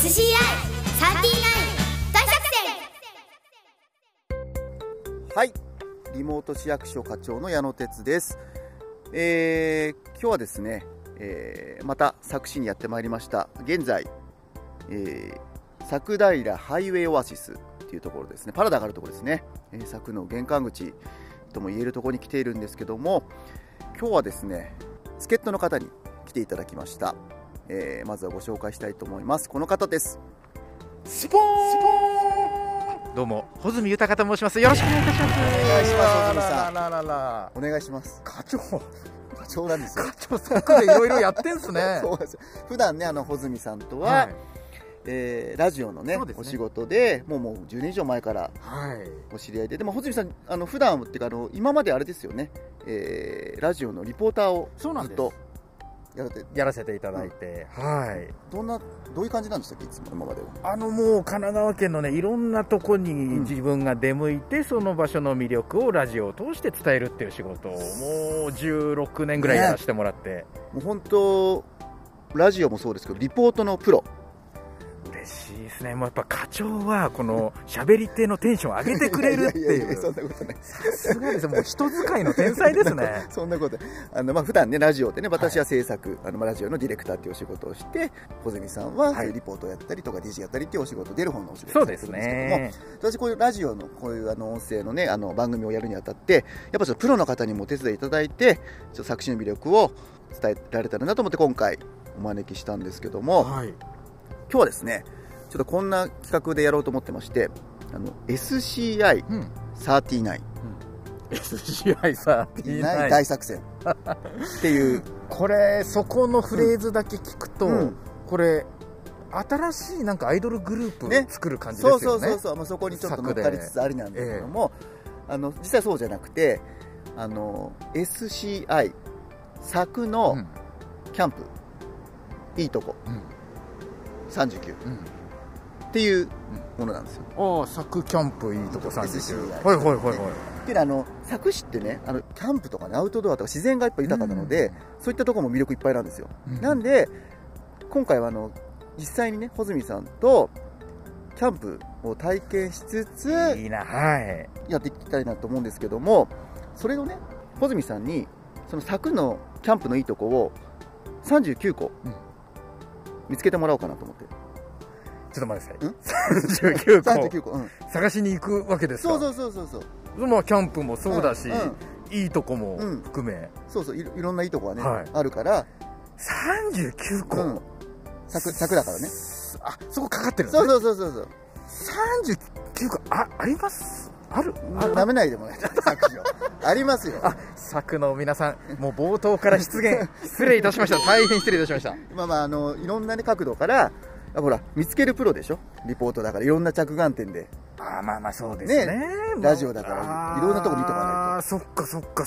大作戦。 はい、リモート市役所課長の矢野哲です。今日はですね、また佐久市にやってまいりました。現在、佐久平ハイウェイオアシスっていうところですね、パラダがあるところですね、佐久の玄関口とも言えるところに来ているんですけども、今日はですね、助っ人の方に来ていただきました。まずはご紹介したいと思います。この方です。 スポーン。どうも穂積豊と申します。よろしくお願いいたします。 お願いします。穂積さん、 お願いします。 課長なんですよ。 課長佐久でいろいろやってんすね。 そうです。普段ね、穂積さんとは、ラジオのね、お仕事でもう10年以上前からお知り合いで、でも穂積さん普段っていうか今まであれですよね、ラジオのリポーターをずっとやらせていただいて、 どういう感じなんでしたっけ、いつも今までは。 もう神奈川県のね、いろんなとこに自分が出向いて、その場所の魅力をラジオを通して伝えるっていう仕事をもう16年ぐらいやらせてもらって、 もう本当ラジオもそうですけど、リポートのプロ。 嬉しいですね。もうやっぱ課長はこの喋り手のテンションを上げてくれるっていう。 そんなことない。 さすがです。もう人使いの天才ですね。 そんなこと普段ね、ラジオでね、私は制作、ラジオのディレクターっていうお仕事をして、穂積さんはリポートをやったりとか DJ やったりっていうお仕事、出る方のお仕事をやってるんですけども、私こういうラジオのこういう音声のね、番組をやるにあたって、やっぱちょっとプロの方にもお手伝いいただいて、ちょっと作詞の魅力を伝えられたらなと思って今回お招きしたんですけども、今日はですね、ちょっとこんな企画でやろうと思ってまして、SCI39、 SCI39 大作戦っていうこれ、そこのフレーズだけ聞くと、これ新しいなんかアイドルグループ作る感じですよね。 そう、そこにちょっと乗っかりつつありなんですけども、実際そうじゃなくて、SCI 佐久のキャンプ、いいとこ、39、っていうものなんですよ。 佐久キャンプいいとこ39。 で佐久市ってね、キャンプとかね、アウトドアとか自然がやっぱ豊かなので、そういったところも魅力いっぱいなんですよ。なんで今回は実際にね、穂積さんとキャンプを体験しつつやっていきたいなと思うんですけども、それをね、穂積さんにその佐久のキャンプのいいとこを39個見つけてもらおうかなと思って。 ちょっと待ってください。39個探しに行くわけですか。 そう。 キャンプもそうだし、いいとこも含め、 いろんないいとこはね、あるから 39個。 柵だからね。 そこかかってるんですね。 そう。 39個あります。 ダメないでもね、ありますよ。 佐久の皆さん、もう冒頭から失礼いたしました。大変失礼いたしました。 いろんな角度からほら見つけるプロでしょ、リポートだからいろんな着眼点で。 そうですね。 ラジオだからいろんなとこ見とかないと。 そっか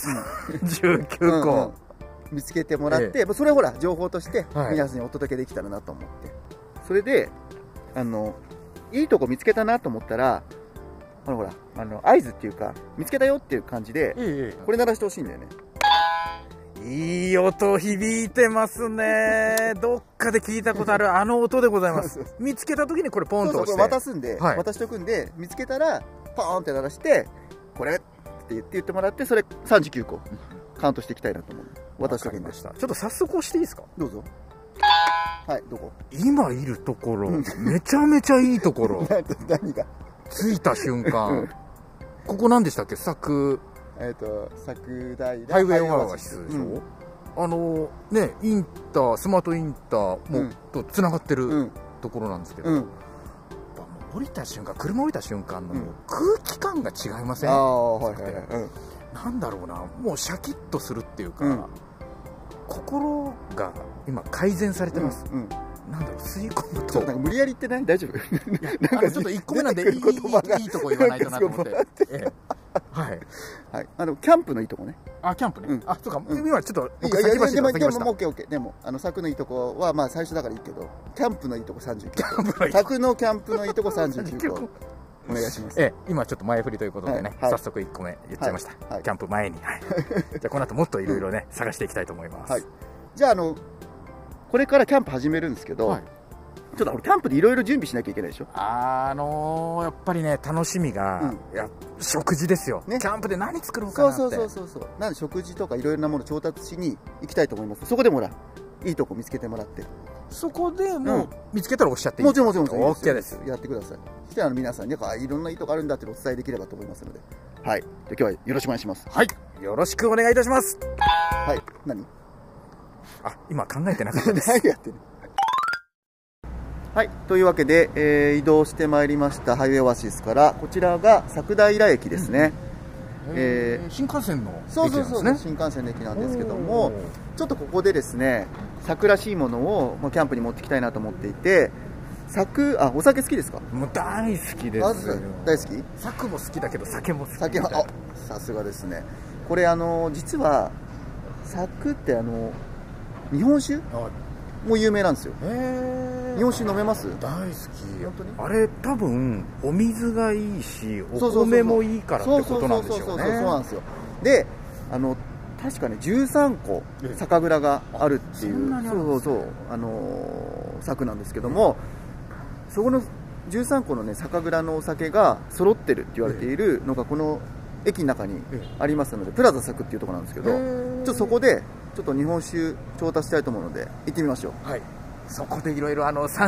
19個見つけてもらって、それほら情報として皆さんにお届けできたらなと思って、それでいいとこ見つけたなと思ったら、ほら合図っていうか、見つけたよっていう感じでこれ鳴らしてほしいんだよね。 いい音響いてますね。どっかで聞いたことある音でございます。見つけた時にこれポンと押して渡すんで、渡しておくんで、見つけたらポーンって鳴らして、これって言ってもらって、それ39個カウントしていきたいなと思う。渡しておきました。 ちょっと早速押していいですか。 どうぞ。どこ？ 今いるところめちゃめちゃいいところ。 何が？ 着いた瞬間、ここ何でしたっけ？佐久平ハイウェイオアシスでしょ。ね、インター、スマートインターもとつながってるところなんですけど、降りた瞬間、車降りた瞬間の空気感が違いません？なんだろうな、もうシャキッとするっていうか、心が今改善されてます。なんだろう、吸い込むと。 なんか無理やり言ってない？大丈夫？ なんかちょっと1個目なんでいいとこ言わないとなと思って。 キャンプのいいとこね。 キャンプね。そうか、今ちょっと僕先走りました。でも OK。でも佐久のいいとこは最初だからいいけど、キャンプのいいとこ39個。佐久のキャンプのいいとこ39個。お願いします。 今ちょっと前振りということでね、早速1個目言っちゃいました。キャンプ前に。じゃあこの後もっといろいろね探していきたいと思います。 じゃあこれからキャンプ始めるんですけど、 ちょっとキャンプでいろいろ準備しなきゃいけないでしょ。 やっぱりね、楽しみが、食事ですよ、ね、キャンプで何作ろうかなって。 そうなんで食事とかいろいろなもの調達しに行きたいと思います。そこでもほらいいとこ見つけてもらって、 そこでもう見つけたらおっしゃっていい？ もちろん OK です。 やってください。そして皆さんにいろんないいとこあるんだってお伝えできればと思いますので、はい、今日はよろしくお願いします。 はい、よろしくお願いいたします。 はい、何？ 今考えてなかったです。 何やってる？はい、というわけで、移動してまいりましたハイウェイオアシスから、こちらが佐久平駅ですね。 新幹線の駅なんですね。新幹線の駅なんですけども、ちょっとここでですね、桜らしいものをキャンプに持ってきたいなと思っていて、お酒好きですか？ もう大好きです。 大好き？ 酒も好きだけど酒も好き。 酒はさすがですね。これ実は酒って日本酒も有名なんですよ。日本酒飲めます？ 大好き。本当に？あれ多分お水がいいしお米もいいからってことなんでしょうね。 そうなんですよ。で確かね13個酒蔵があるっていう酒なんですけども、そこの13個のね酒蔵のお酒が揃ってるって言われているのがこの駅の中にありますので、プラザ酒っていうところなんですけど、ちょっとそこでちょっと日本酒調達したいと思うので行ってみましょう。はい。 そこでいろいろ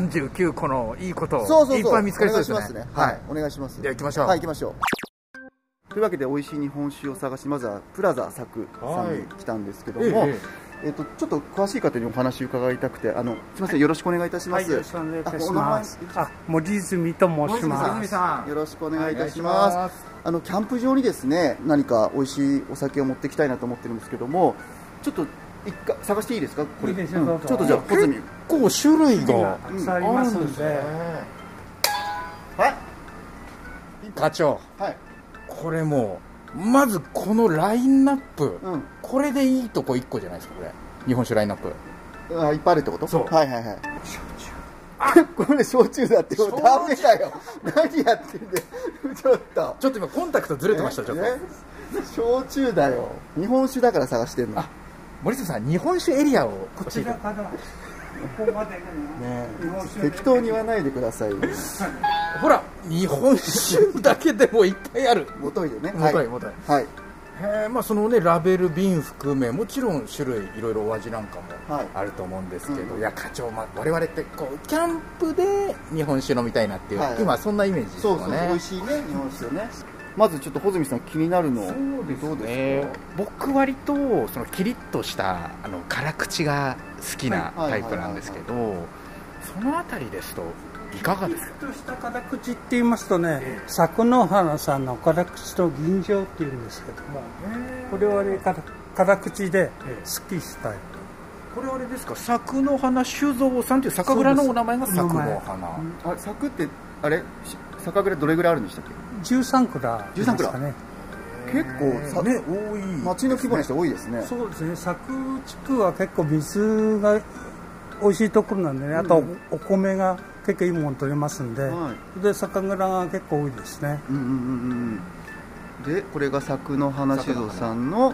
39個のいいことをいっぱい見つかりそうですね。 はい、お願いします。 では行きましょう。 はい、行きましょう。というわけで美味しい日本酒を探し、まずはプラザ酒さんに来たんですけども、ちょっと詳しい方にお話を伺いたくて、すみません、よろしくお願いいたします。 よろしくお願いいたします。森泉と申します。 よろしくお願いいたします。キャンプ場にですね、何か美味しいお酒を持ってきたいなと思ってるんですけども、ちょっと一回探していいですか？これ。ちょっとじゃあ結構種類がありますので。 はい。 課長。 はい。 これもうまずこのラインナップ、これでいいとこ1個じゃないですか。これ日本酒ラインナップいっぱいあるってこと？ そう。 はい。これ焼酎だってダメだよ。何やってんだよ。 ちょっと今コンタクトずれてました。ちょっと焼酎だよ。日本酒だから探してんの。 森下さん、日本酒エリアをこちらからここまでね、 適当に言わないでください。 ほら、日本酒だけでもいっぱいある。 もといでね。 もとい。はい。そのねラベル瓶含めもちろん種類いろいろお味なんかもあると思うんですけど、いや課長、我々ってこうキャンプで日本酒飲みたいなっていう、今そんなイメージですよね。 そう美味しいね日本酒ね。まずちょっと穂積さん気になるのどうですか？ 僕割とそのキリッとした辛口が好きなタイプなんですけど、そのあたりですといかがですか？ キリッとした辛口って言いますとね、佐久の花さんの辛口と吟醸っていうんですけども、これは辛口で好きしたい。 これはあれですか、佐久の花酒造さんという酒蔵のお名前が佐久の花。 佐久ってあれ酒蔵どれぐらいあるんでしたっけ ？13蔵ですかね。 結構ね多い。町の規模にして多いですね。 そうですね。佐久地区は結構水が美味しいところなんでね。あとお米が結構いいもの取れますんで、で酒蔵が結構多いですね。 でこれが佐久の花酒造さんの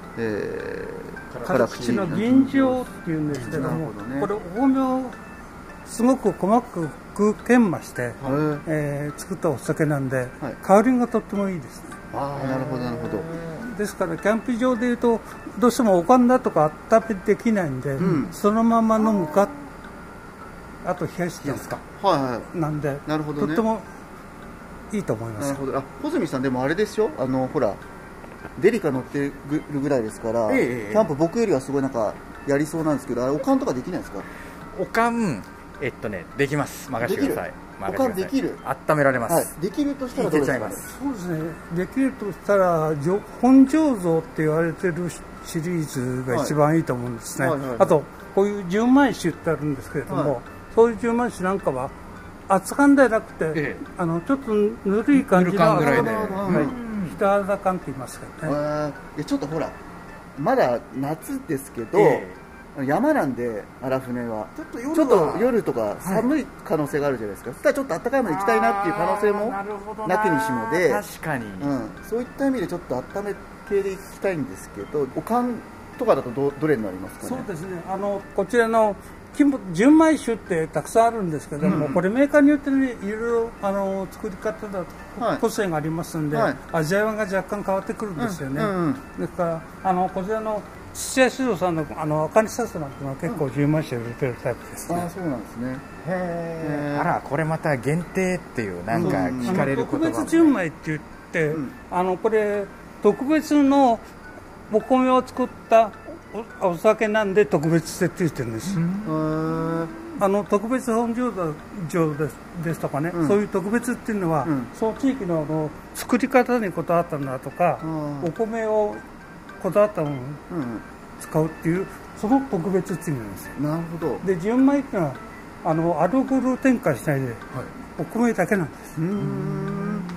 辛口の吟醸っていうんですけども、これお米をすごく細かく研磨して、作ったお酒なんで、香りがとってもいいですね。 なるほどなるほど。 ですからキャンプ場でいうとどうしてもおかんだとか温めできないんで、そのまま飲むか、あと冷やしてですか、なんでとってもいいと思います。 なるほど。穂積さんでもあれですよ、ほらデリカ乗ってるぐらいですから、キャンプ僕よりはすごいなんかやりそうなんですけど、おかんとかできないですか？ おかんできます。任せてください。 おかんできる。 温められます。 できるとしたらどうですか？ そうですね。できるとしたら本醸造って言われてるシリーズが一番いいと思うんですね。あとこういう純米酒ってあるんですけれども、そういう純米酒なんかは熱燗でなくて、ちょっとぬるい感じの人肌感って言いますかね。 ちょっとほらまだ夏ですけど。山なんで荒船はちょっと夜とか寒い可能性があるじゃないですか。そしたらちょっと暖かいもの行きたいなっていう可能性もなきにしもで、 確かに、 そういった意味でちょっと温め系で行きたいんですけど、おかんとかだとどれになりますかね？ そうですね。こちらの純米酒ってたくさんあるんですけども、これメーカーによってね、いろいろ作り方だと個性がありますんで、味わいが若干変わってくるんですよね。ですからこちらの土屋酒造さんの赤根サスなんてのは結構純米酒を入れてるタイプですね。 あ、そうなんですね。 へえ。あら、これまた限定っていうなんか聞かれることが、 特別純米って言って、これ特別のお米を作ったお酒なんで特別って言ってるんです。特別本醸造ですとかね、そういう特別っていうのは、その地域の作り方にこだわったのだとか、お米をこだわったものを使うっていう、その特別っていう意味なんですよ。 なるほど。 で、純米っていうのはアルコールを添加しないで、お米だけなんです。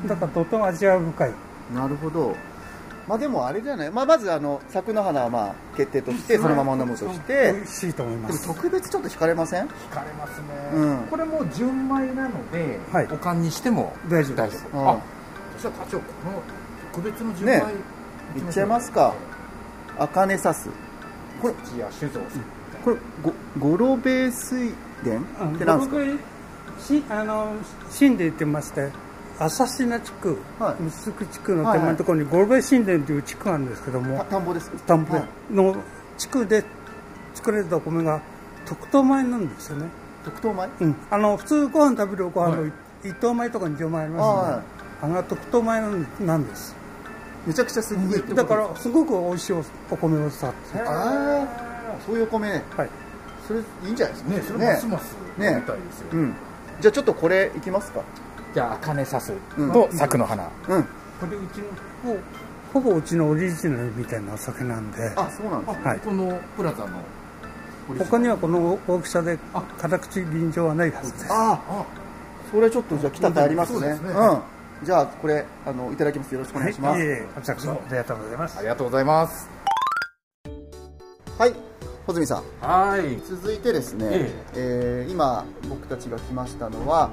だからとても味わい深い。 なるほど。まあでもあれじゃない、まず作の花はまあ決定としてそのまま飲むとして美味しいと思います。 でも特別ちょっと惹かれません？惹かれますね。これも純米なのでおかんにしても大丈夫です。 あ、そしたら課長、この特別の純米いっちゃいますか。赤根サス、これ土屋酒造さん、 これゴロベ水田ってなんですか？ 神殿ってまして朝品地区、臼杵地区の手前のところにゴロベ神殿という地区があるんですけども、 田んぼですか？ 田んぼの地区で作られたお米が特等米なんですよね。 特等米？ 普通ご飯食べるご飯の一等米とか二等米ありますので、特等米なんです。 めちゃくちゃすごい。 だからすごく美味しいお米を使って。 そういうお米。はい。それいいんじゃないですかね。 それますますみたいですよ。 じゃあちょっとこれいきますか。 じゃあ赤根サスと作の花。 これうちのほぼうちのオリジナルみたいなお酒なんで。 あ、そうなんですね。 このプラザの他にはこの大きさで辛口吟醸はないはずです。 それちょっとじゃあ来たかいありますね。じゃあこれいただきます。よろしくお願いします。 ありがとうございます。 ありがとうございます。 はい、穂積さん。 はい。 続いてですね、今僕たちが来ましたのは、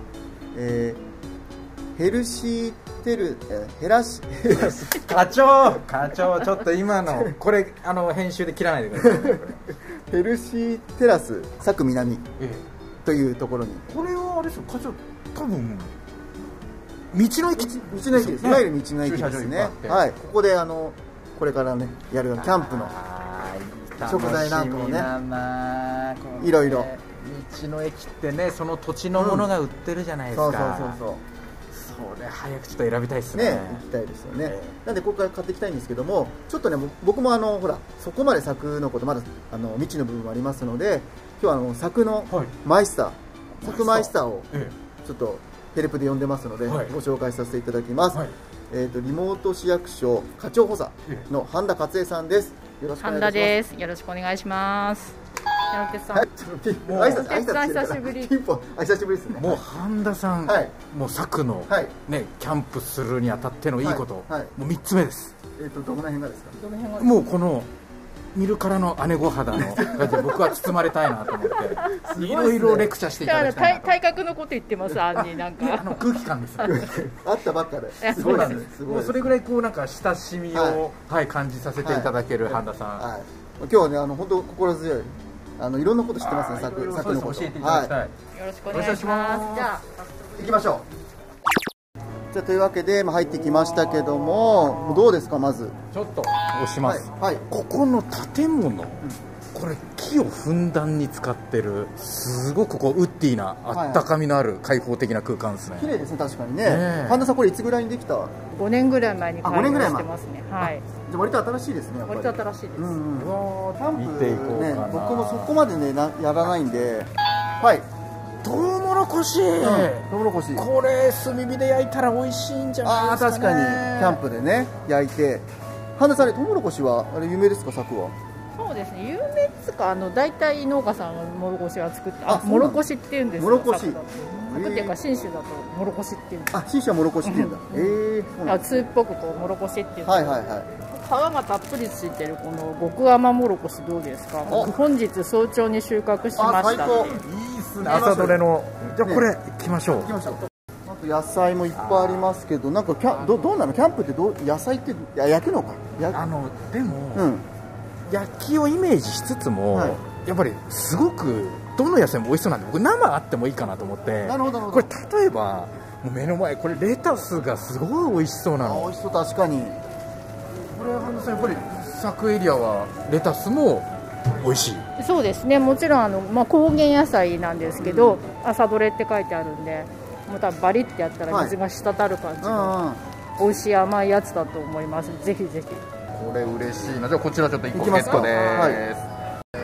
ヘルシーテルヘラシ課長ちょっと今のこれ編集で切らないでくださいね。 ヘルシーテラス佐久南というところに、 これはあれですよ課長、多分道の駅です。 いわゆる道の駅ですね。はい、ここでこれからねやるキャンプの食材なんかをね、いろいろ。 道の駅ってね、その土地のものが売ってるじゃないですか。それ早くちょっと選びたいですね。 行きたいですよね。なんでここから買っていきたいんですけども、ちょっとね僕もほらそこまで作のことまだ未知の部分もありますので、今日は作のマイスター、作マイスターをちょっとヘルプで呼んでますのでご紹介させていただきます。リモート市役所課長補佐の半田勝恵さんです。よろしくお願いします。 半田です。よろしくお願いします。山手さん。 久しぶり。久しぶりですね。 もう半田さん、もう作のねキャンプするにあたってのいいこと、もう3つ目です。 どの辺がですか？ もうこの見るからの姉御肌の僕は包まれたいなと思っていろいろレクチャーしていただきたいなと。 体格のこと言ってます。あんになんか空気感です。 あったばっかで。 そうなんです。もうそれぐらいこうなんか親しみを感じさせていただける半田さん。 今日はね本当心強い。いろんなこと知ってますね。作のこと教えていただきたい。 よろしくお願いします。じゃあ行きましょう。じゃあというわけで入ってきましたけども、どうですか？まずちょっと押します。ここの建物、これ木をふんだんに使ってる、すごくこうウッディなあったかみのある開放的な空間ですね。 綺麗ですね。確かにね。半田さんこれいつぐらいにできた ？5年ぐらい前に開業してますね。はい。 じゃ割と新しいですね。 割と新しいです。 キャンプね、僕もそこまでねやらないんで。はい。 トウモロコシ。 トウモロコシ。 これ炭火で焼いたら美味しいんじゃないですかね。 確かにキャンプでね焼いて。半田さん、トウモロコシはあれ有名ですか？作は。 そうですね。有名ですか？大体農家さんはモロコシは作って、モロコシって言うんですよ。 モロコシ。 作っていうか信州だとモロコシっていうんです。 信州はモロコシって言うんだ。 通っぽくこうモロコシっていう。 はいはいはい。 皮がたっぷりついてるこの極甘モロコシどうですか？本日早朝に収穫しましたっていう。 いいっすね。朝どれの。じゃあこれ行きましょう。 あと野菜もいっぱいありますけど、なんかどうなの？キャンプって野菜って焼くのか？ でも焼きをイメージしつつも、 やっぱりすごくどの野菜も美味しそうなんで、僕生あってもいいかなと思って。 なるほど。 これ例えばもう目の前これレタスがすごい美味しそうなの。 美味しそう、確かに。 これ半田さん、やっぱり佐久エリアはレタスも美味しい。 そうですね、もちろん高原野菜なんですけど、朝どれって書いてあるんで、もう多分バリってやったら水が滴る感じの美味しい甘いやつだと思います。ぜひぜひ。 これ嬉しいな。じゃあこちらちょっと1個ゲットです。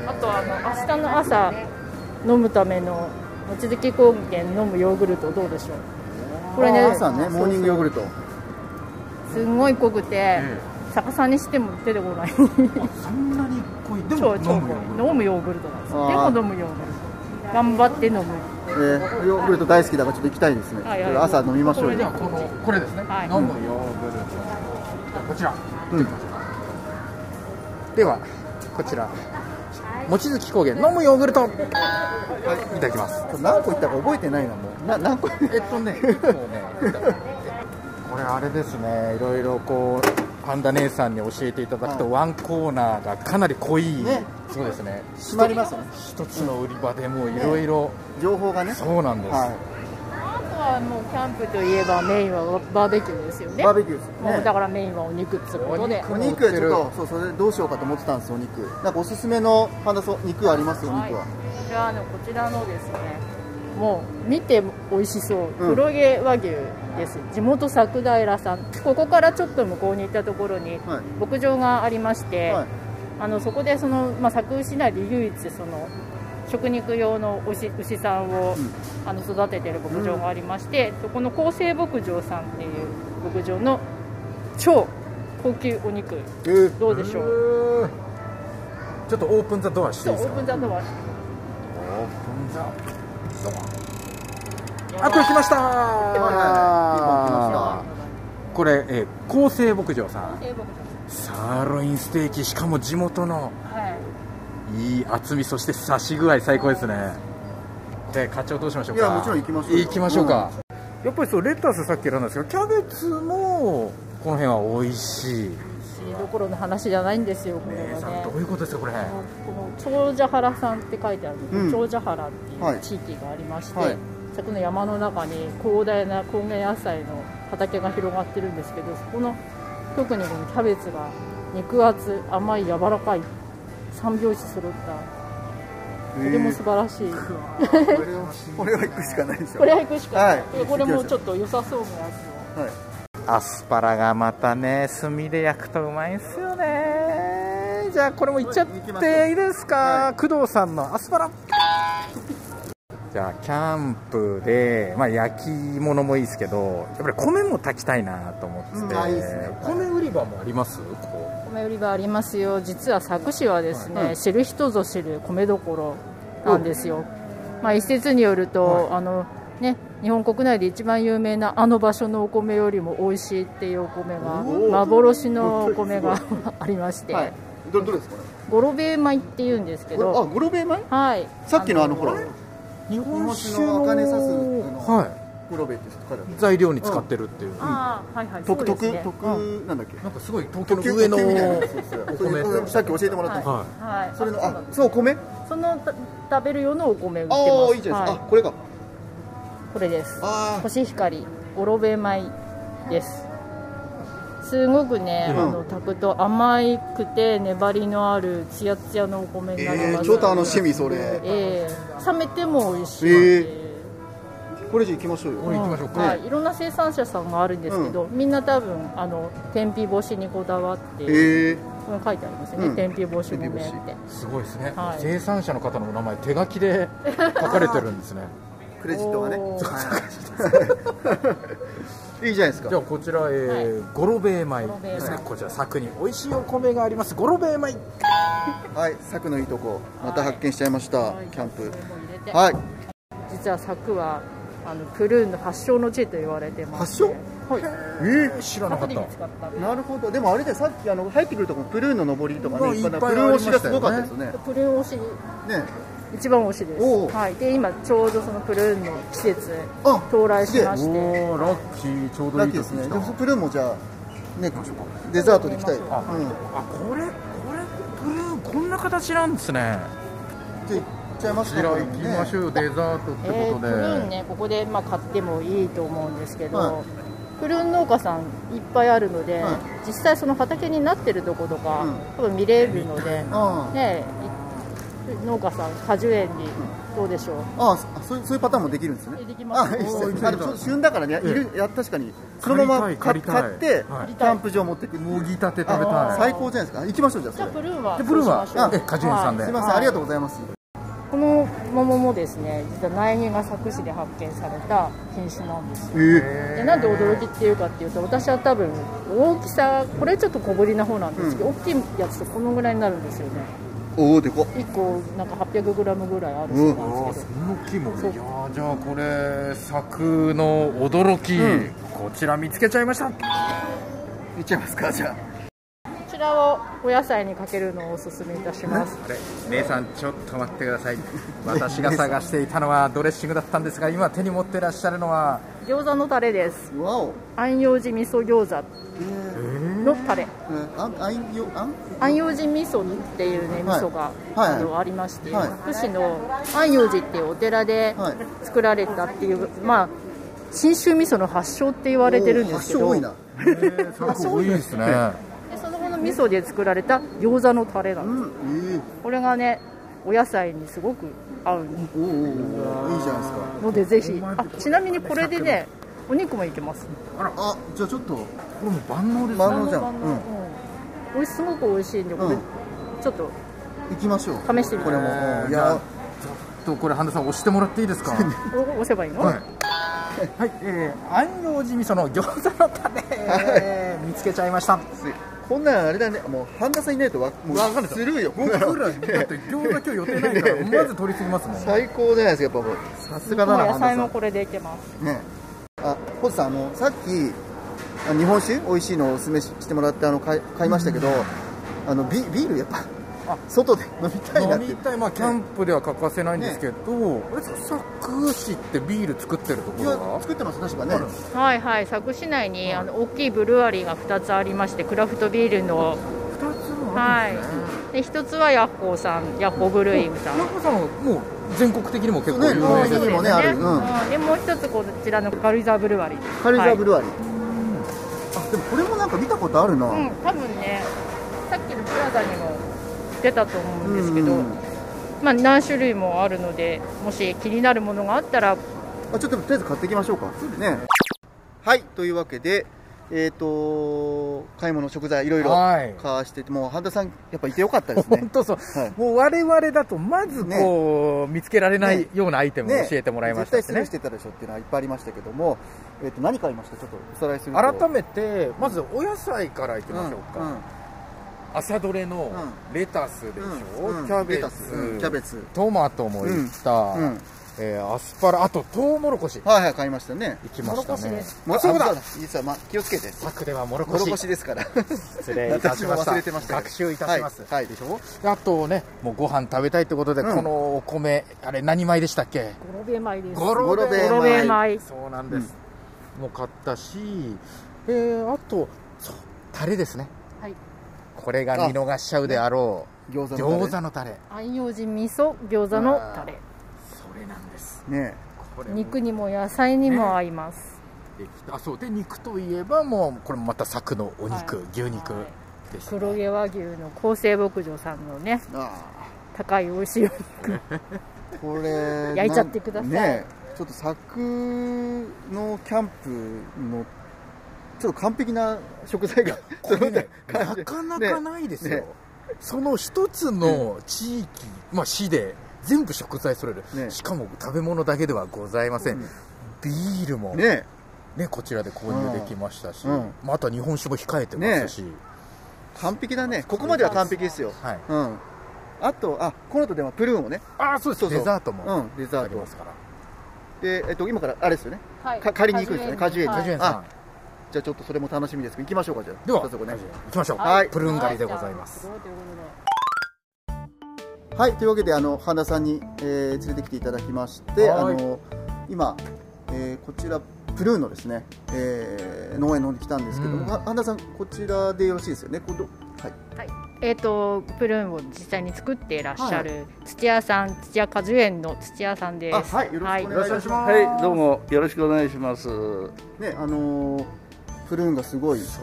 あと明日の朝飲むための望月高原飲むヨーグルトどうでしょう。これね、 朝ね、モーニングヨーグルトすごい濃くて、逆さにしても出てこない。 そんなに濃い。でも飲むヨーグルトなんです。でも飲むヨーグルト、頑張って飲む。 ヨーグルト大好きだからちょっと行きたいですね。朝飲みましょうよ。 これですね、飲むヨーグルト、こちら、ではこちら望月高原飲むヨーグルト、いただきます。 何個いったか覚えてないな、もう何個これあれですね、いろいろこう半田姉さんに教えていただくと、ワンコーナーがかなり濃い、そうですね、 閉まりますよね。 一つの売り場でもいろいろ情報がね。 そうなんです。 あとはもうキャンプといえばメインはバーベキューですよね。 バーベキューですね。 だからメインはお肉ってことで、 お肉ちょっとそれどうしようかと思ってたんですよ。お肉なんかおすすめの半田さん肉ありますよ。お肉はじゃあこちらのですね、もう見て美味しそう、黒毛和牛です。地元佐久平さん。ここからちょっと向こうに行ったところに牧場がありまして、そこで佐久牛内で唯一食肉用の牛さんを育ててる牧場がありまして、そこの厚生牧場さんっていう牧場の超高級お肉、どうでしょう。 ちょっとオープンザドアしていいですか。 オープンザドア。 あ、これ来ました。これ、厚生牧場さん。サーロインステーキ、しかも地元の、いい厚み、そして刺し具合最高ですね。で、課長どうしましょうか。 いや、もちろん行きましょう。 行きましょうか。やっぱりそう、レタスさっき選んだんですけど、キャベツもこの辺は美味しい。 どころの話じゃないんですよ、これはね。 どういうことですか、これ。 この長者原さんって書いてある、長者原っていう地域がありまして、そこの山の中に広大な高原野菜の畑が広がってるんですけど、そこの特にこのキャベツが肉厚、甘い、柔らかい、三拍子揃ったとても素晴らしい。 これは行くしかないでしょ。 これは行くしかない。これもちょっと良さそうなやつを。 アスパラがまたね、炭で焼くとうまいんですよね。じゃあこれもいっちゃっていいですか。工藤さんのアスパラ。じゃあキャンプで、焼き物もいいですけど、やっぱり米も炊きたいなと思って、米売り場もあります？ 米売り場ありますよ。実は佐久市はですね、知る人ぞ知る米どころなんですよ。一説によると、日本国内で一番有名なあの場所のお米よりも美味しいっていうお米が、幻のお米がありまして、 どれですかね。 五郎兵衛米っていうんですけど。 あ、五郎兵衛米？ はい。 さっきのほら。 日本酒の茜さす黒部って材料に使ってるっていう。 特なんだっけ。 なんかすごい東京の上のお米。 さっき教えてもらった。それのそう米。 その食べる用のお米売ってます。 ああ、いいじゃないですか。これか。 これです。コシヒカリ五郎兵衛米です。すごくね、炊くと甘くて粘りのあるツヤツヤのお米になります。 ちょっと楽しみそれ。 冷めても美味しい。 これじゃ行きましょうよ。 これ行きましょうか。 いろんな生産者さんがあるんですけど、みんな多分天日干しにこだわって、これ書いてありますね。天日干し米って。 すごいですね。生産者の方のお名前手書きで書かれてるんですね。 クレジットがね。いいじゃないですか。 じゃあこちら五郎兵衛米ですね。こちら佐久に美味しいお米があります。五郎兵衛米。 はい、佐久のいいとこまた発見しちゃいました。キャンプ。はい。 実は佐久はプルーンの発祥の地と言われてます。 発祥？ はい。 知らなかった。 なるほど。でもあれでさっき入ってくるとこプルーンの上りとかね、プルーン推しがすごかったですね。 プルーン推しね。一番推しです。はい。で今ちょうどそのプルーンの季節到来しまして。 ラッキー、ちょうどいいですね。 プルーンもじゃあね、デザートでいきたい。 これプルーンこんな形なんですね。 じゃあ行っちゃいますか。 こちら行きましょうよ、デザートってことで。 プルーンね、ここで買ってもいいと思うんですけど、プルーン農家さんいっぱいあるので、実際その畑になってるとことか、多分見れるので、ね、農家さん果樹園にどうでしょう。 そういうパターンもできるんですね。 できます。 旬だからね、確かにそのまま買ってキャンプ場持ってくる。 もぎたて食べたい。 最高じゃないですか。行きましょう。じゃあプルーンは果樹園さんで。 すみません、ありがとうございます。 この桃もですね、実は苗木が佐久市で発見された品種なんですよ。でなんで驚きっていうかっていうと、私は多分大きさ、これちょっと小ぶりな方なんですけど、大きいやつとこのぐらいになるんですよね。 おお、でかっ。 1個なんか 800g ぐらいあるそうなんですけど。 そんな大きいもん。いやじゃあこれ作の驚き、こちら見つけちゃいました。 いっちゃいますか。じゃあこちらをお野菜にかけるのをおすすめいたします。 姉さんちょっと待ってください。私が探していたのはドレッシングだったんですが、今手に持ってらっしゃるのは餃子のタレです。 わお。 安養寺味噌餃子のタレ。安養寺味噌っていうね、味噌がありまして、福祉の安養寺っていうお寺で作られたっていう、信州味噌の発祥って言われてるんですけど、 多いな。 多いですね。 その後の味噌で作られた餃子のタレなんです。これがね、お野菜にすごく合う。いいじゃないですか。 のでぜひ。ちなみにこれでね、お肉もいけます。 じゃあちょっとこれも万能ですね。 万能じゃん。 すごく美味しいんで、これちょっと行きましょう。 試してみて。 これもいやちょっとこれ半田さん押してもらっていいですか。 押せばいいの？ はい、安養寺味噌の餃子のタレ見つけちゃいました。 こんなんあれだね、もう半田さんいないともうスルーよ。 僕らだって餃子今日予定ないからまず取り過ぎますもん。 最高じゃないですか。やっぱもうさすがだな。 野菜もこれでいけますね。ホズさん、さっき日本酒美味しいのをおすすめしてもらって買いましたけど、ビールやっぱ外で飲みたいなって。 キャンプでは欠かせないんですけど、佐久市ってビール作ってるところが作ってます確かね。 はいはい、佐久市内に大きいブルワリーが2つありまして、クラフトビールの 2つもあるんですね。 で1つはヤッホーさん、ヤッホーブルーイングさん。 ヤッホーさんはもう全国的にも結構有名ですもね。 でもう一つこちらの軽井沢ブルワリー。 軽井沢ブルワリー。でもこれもなんか見たことあるな。 多分ね、さっきのプラザにも出たと思うんですけど、何種類もあるので、もし気になるものがあったら、 ちょっととりあえず買っていきましょうか。ね。はい、というわけで、買い物食材いろいろ買わしてて、もう半田さんやっぱいてよかったですね。 本当そう。もう我々だとまず見つけられないようなアイテムを教えてもらいましたね。 絶対スルーしてたでしょっていうのはいっぱいありましたけども、何買いました？ちょっとおさらいすると。 改めてまずお野菜からいきましょうか。朝どれのレタスでしょ、キャベツ、トマトもいった、アスパラ、あとトウモロコシ。 はいはい、買いましたね。 行きましたね。 そうだ、実は気をつけて。 作ではモロコシですから。 失礼いたしました。学習いたします。はい、でしょ。あとね、もうご飯食べたいってことで、このお米、あれ何米でしたっけ？ ゴロベ米です。 ゴロベ米。 そうなんです。もう買ったし、あとタレですね。はい。これが見逃しちゃうであろう餃子のタレ。 安養寺味噌餃子のタレ。 それなんですね。 肉にも野菜にも合います。 そうで、肉といえばもうこれもまた佐久のお肉、牛肉です。 黒毛和牛の厚生牧場さんのね、高い美味しいお肉。 これ焼いちゃってください。 ね、ちょっと佐久のキャンプのちょっと完璧な食材がこれね、なかなかないですよ。その一つの地域、市で全部食材それる、しかも食べ物だけではございません。ビールもね、こちらで購入できましたし、あとは日本酒も控えてますし、 完璧だね。ここまでは完璧ですよ。あとこの後でもプルーンをね、 そうです、デザートもデザートますから。 で今からあれですよね、借りに行くんですよね、果樹園さん。じゃあちょっとそれも楽しみです。行きましょうか。じゃあでは行きましょう。はい、プルーン狩りでございます。 はい、というわけで半田さんに連れてきていただきまして、今こちらプルーンのですね農園の方に来たんですけども、半田さんこちらでよろしいですよね。はい。 プルーンを実際に作っていらっしゃる土屋さん、土屋果樹園の土屋さんです。 はい、よろしくお願いします。 はい、どうもよろしくお願いします。 ね、プルーンがすごい。 そう、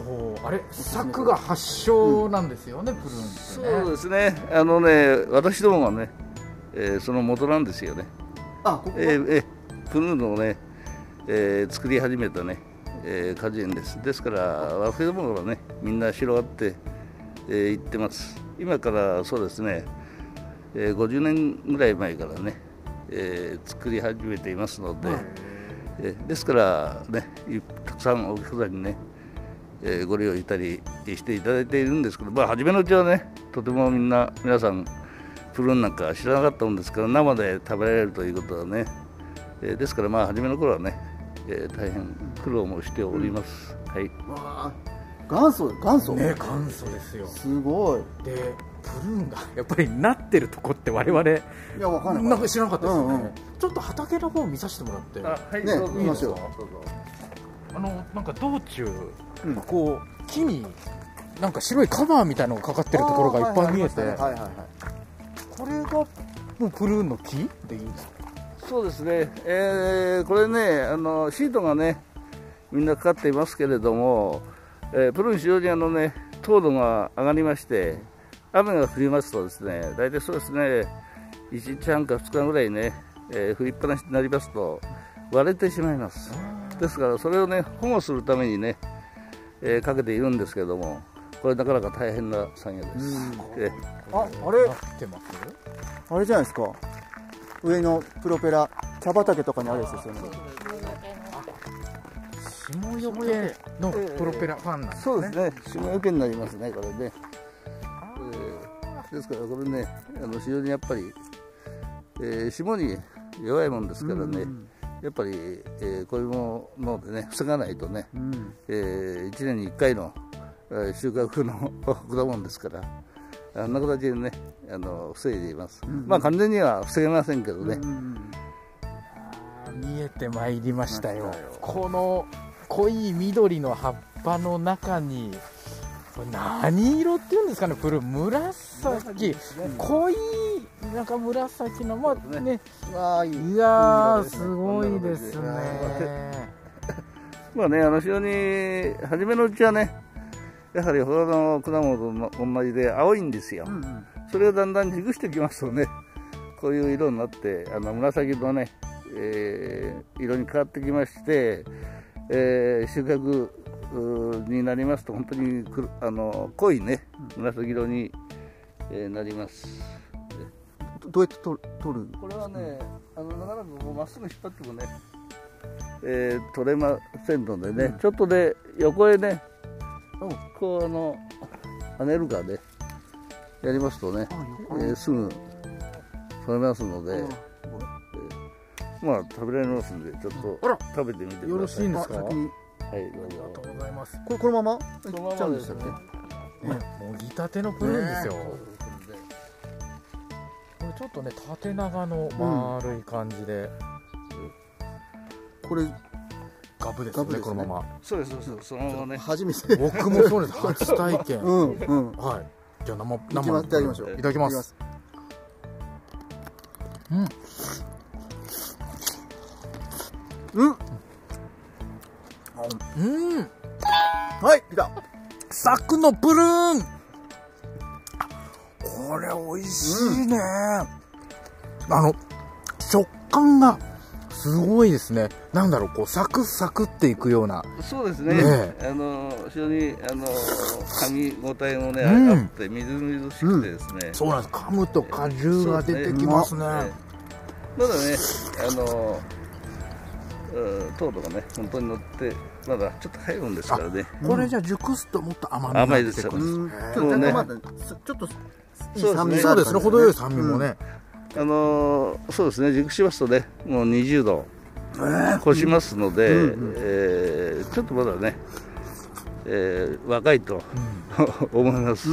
あれ、作が発祥なんですよね、プルーンってね。 そうですね。私どもがね、その元なんですよね。 ここプルーンのね、作り始めたね、果樹園です。ですから私どもがね、みんな広がって行ってます。今からそうですね、50年ぐらい前からね、作り始めていますので、ですからね、たくさんお客さんにね、ご利用いたりしていただいているんですけど、初めのうちはね、とても皆さんプルーンなんか知らなかったもんですから、生で食べられるということはね、ですから初めの頃はね、大変苦労もしております。はい。 元祖ね、元祖ですよ。 すごい。 で、プルーンがやっぱりなってるとこって我々 わかんない。 なんか知らなかったですよね。ちょっと畑の方見させてもらって。 はい、 ね、見ましょう。 なんか道中こう木になんか白いカバーみたいなのがかかってるところがいっぱい見えて、これがもうプルーンの木でいいんですか？ そうですね。これね、シートがねみんなかかっていますけれども、プルーン非常にね糖度が上がりまして、雨が降りますとですね、大体そうですね、1日半か2日ぐらいね、降りっぱなしになりますと割れてしまいます。ですからそれをね保護するためにね、かけているんですけれども、これなかなか大変な作業です。 あれってます？ あれじゃないですか。上のプロペラ、茶畑とかにあるやつですよね。 霜よけのプロペラファンなんですね。 そうですね。霜よけになりますね、これね。ですからこれね、非常にやっぱり、霜に弱いもんですからね。やっぱり、こういうものでね防がないとね、1年に1回の収穫の果物ですから、あんな形でね防いでいます。完全には防げませんけどね。 見えてまいりましたよ。この濃い緑の葉っぱの中に、これ何色っていうんですかね、プルーン、紫、濃いなんか紫のね、いやすごいですね。 非常に初めのうちはね、やはり他の果物と同じで青いんですよ。それがだんだん熟してきますとね、こういう色になって、紫のね、色に変わってきまして、収穫になりますと本当に濃いね紫色に、なります。 どうやって取る？ これはね、なかなかまっすぐ引っ張ってもね、取れませんのでね、ちょっとで横へね、こう跳ねるかでやりますとね、すぐ取れますので、食べられますんで、ちょっと食べてみてください。 よろしいんですか？ はい、どうぞ。 ありがとうございます。 このままいっちゃうんでしたっけ？ もぎたてのプルーンですよ。これちょっとね、縦長の丸い感じで、 これガブですね、このまま。 そうです、そのままね。 初めて。 僕もそうです、初体験。はい。じゃあ生いただきましょう。 いただきます。 はい、来た。 サクのプルーン。これ美味しいね。食感がすごいですね。なんだろう、こうサクサクっていくような。 そうですね。非常に噛み応えもねあってみずみずしくてですね。 そうなんです。噛むと果汁が出てきますね。 まだね糖度がね本当に乗ってまだちょっと早いもんですからね。 これじゃあ熟すともっと甘みが出てくるんですね。 ちょっとそうですね、程よい酸味もね。 そうですね、熟しますとねもう20度越しますので、ちょっとまだね、若いと思います。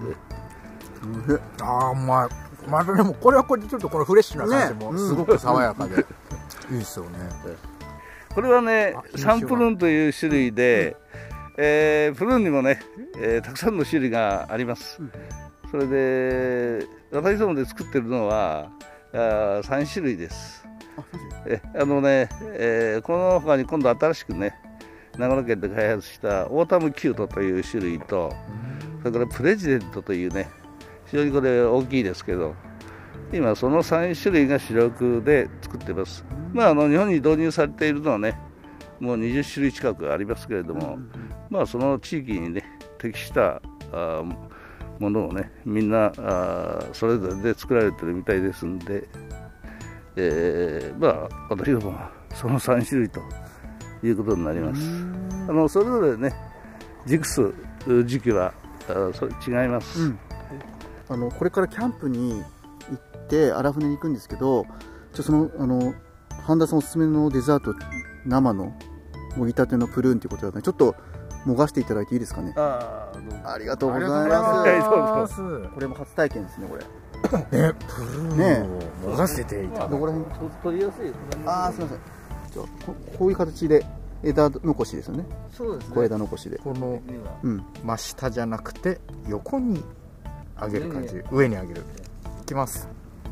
ああ、うまい。またでもこれはこれでちょっとこのフレッシュな感じもすごく爽やかでいいですよね。 これはねサンプルーンという種類で、プルーンにもね、たくさんの種類があります。 それで私どもで作ってるのは3種類です。この他に今度新しくね、長野県で開発したオータムキュートという種類と、それからプレジデントというね、非常にこれ大きいですけど、今その3種類が主力で作っています。日本に導入されているのはね、もう20種類近くありますけれども、その地域にね適したものをね、みんなそれぞれで作られてるみたいですんで、私どもはその3種類ということになります。それぞれね、熟す時期は違います。 これからキャンプに行って荒船に行くんですけど、半田さんおすすめのデザート、生のもぎたてのプルーンということで、ちょっともがしていただいていいですかね。ありがとうございます。これも初体験ですね、これ。 プルーンをもがせていただく。 どこら辺取りやすいですね。すみません。こういう形で枝残しですよね。そうですね。小枝残しで。 この真下じゃなくて横に上げる感じ、上に上げる。いきます。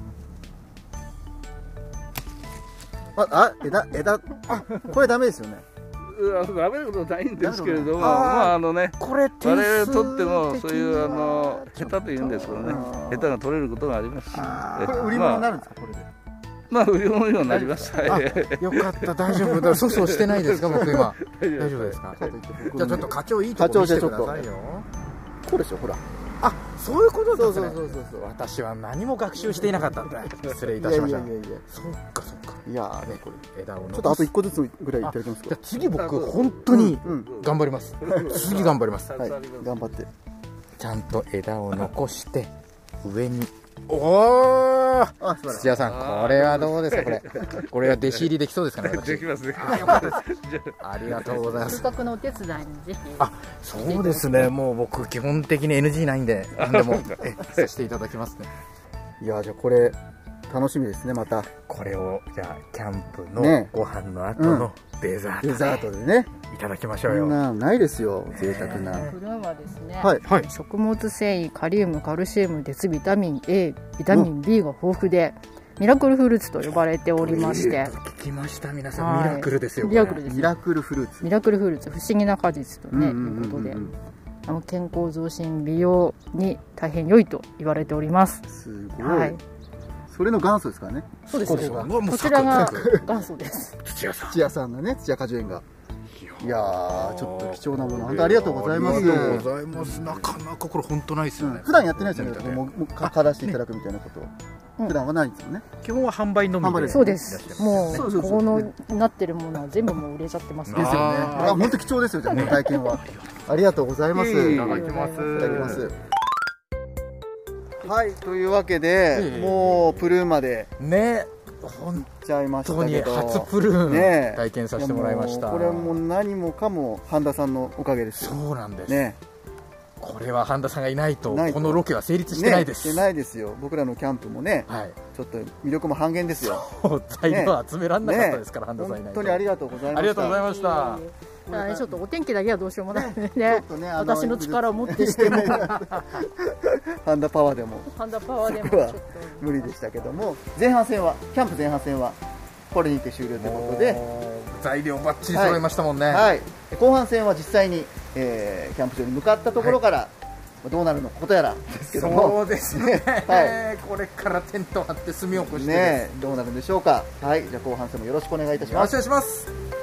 枝、これダメですよね。 ダメなことないんですけれども、これ我々にとってもそういうヘタというんですけどね、ヘタが取れることがありますし、 これ売り物になるんですか、これで。 売り物にはなります。 よかった、大丈夫だ。粗相してないですか、僕今。大丈夫ですか。じゃあちょっと課長いいとこ見せてくださいよ。 こうでしょ、ほら。 そういうことですね。私は何も学習していなかったんだ。失礼いたしました。そっか。いやね、これ枝をちょっとあと1個ずつぐらいいただきますか。 次僕本当に頑張ります。次頑張ります。 はい、頑張って。 ちゃんと枝を残して上に。おお、土屋さん、これはどうですか。これは弟子入りできそうですかね。 できますね。 ありがとうございます。 収穫のお手伝いにぜひ。 そうですね。もう僕基本的に NG ないんで、何でもさせていただきますね。 いや、じゃあこれ楽しみですね。またこれをじゃあキャンプのご飯の後のデザートでね、いただきましょうよ。 ないですよ、贅沢な。 プルーンはですね、食物繊維、カリウム、カルシウム、鉄、ビタミン A、ビタミン B が豊富で、ミラクルフルーツと呼ばれておりまして、 聞きました皆さん、ミラクルですよ。 ミラクルです。 ミラクルフルーツ、 ミラクルフルーツ、不思議な果実とねいうことで、健康増進、美容に大変良いと言われております。 すごい。それの元祖ですからね。 そうです。こちらが元祖です。 土屋さんのね、土屋果樹園が。いやー、ちょっと貴重なもの、本当ありがとうございます。 ありがとうございます。なかなかこれ本当ないですよね。 普段やってないですよね。もうかだしていただくみたいなこと。普段はないんですよね。 基本は販売のみで。 そうです。もうこのなってるものは全部もう売れちゃってますですよね。本当貴重ですよ、じゃあこの体験は。ありがとうございます。 いただきます。 いただきます。はい、というわけで、もうプルーンまでね、 本ちゃいましたけど、 初プルーン体験させてもらいました。 これも何もかも半田さんのおかげです。 そうなんですね。これは半田さんがいないとこのロケは成立してないです。 してないですよ。僕らのキャンプもね、ちょっと魅力も半減ですよ。 材料集められなかったですから、半田さんいないと。 本当にありがとうございました。 ありがとうございました。 ちょっとお天気だけはどうしようもないのでね、私の力をもってしてもハンダパワーでも無理でしたけども、キャンプ前半戦はこれにて終了ということで、 材料バッチリ揃いましたもんね。 はい、後半戦は実際に、キャンプ場に向かったところから、どうなるのことやらですけども、 そうですね、はい、これからテント張って炭を起こしてね、どうなるんでしょうか。はい、じゃあ後半戦もよろしくお願いいたします。 よろしくお願いします。